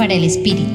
para el espíritu.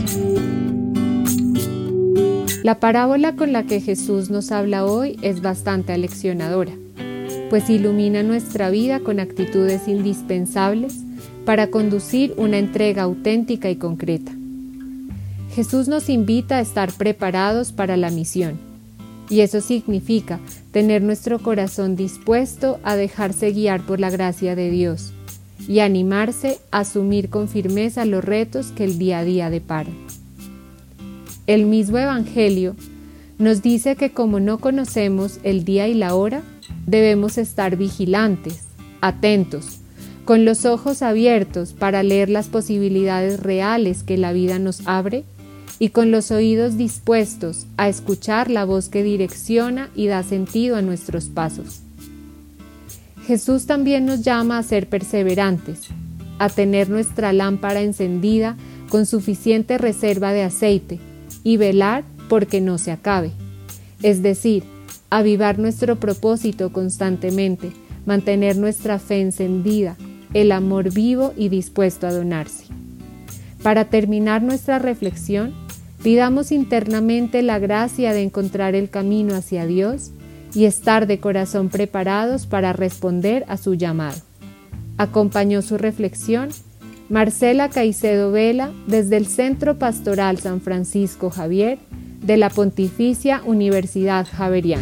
La parábola con la que Jesús nos habla hoy es bastante aleccionadora, pues ilumina nuestra vida con actitudes indispensables para conducir una entrega auténtica y concreta. Jesús nos invita a estar preparados para la misión, y eso significa tener nuestro corazón dispuesto a dejarse guiar por la gracia de Dios y animarse a asumir con firmeza los retos que el día a día deparan. El mismo Evangelio nos dice que como no conocemos el día y la hora, debemos estar vigilantes, atentos, con los ojos abiertos para leer las posibilidades reales que la vida nos abre y con los oídos dispuestos a escuchar la voz que direcciona y da sentido a nuestros pasos. Jesús también nos llama a ser perseverantes, a tener nuestra lámpara encendida con suficiente reserva de aceite y velar porque no se acabe, es decir, avivar nuestro propósito constantemente, mantener nuestra fe encendida, el amor vivo y dispuesto a donarse. Para terminar nuestra reflexión, pidamos internamente la gracia de encontrar el camino hacia Dios y estar de corazón preparados para responder a su llamado. Acompañó su reflexión Marcela Caicedo Vela desde el Centro Pastoral San Francisco Javier de la Pontificia Universidad Javeriana.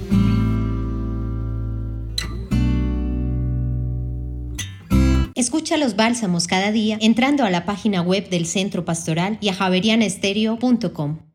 Escucha los bálsamos cada día entrando a la página web del Centro Pastoral y a javerianaestereo.com.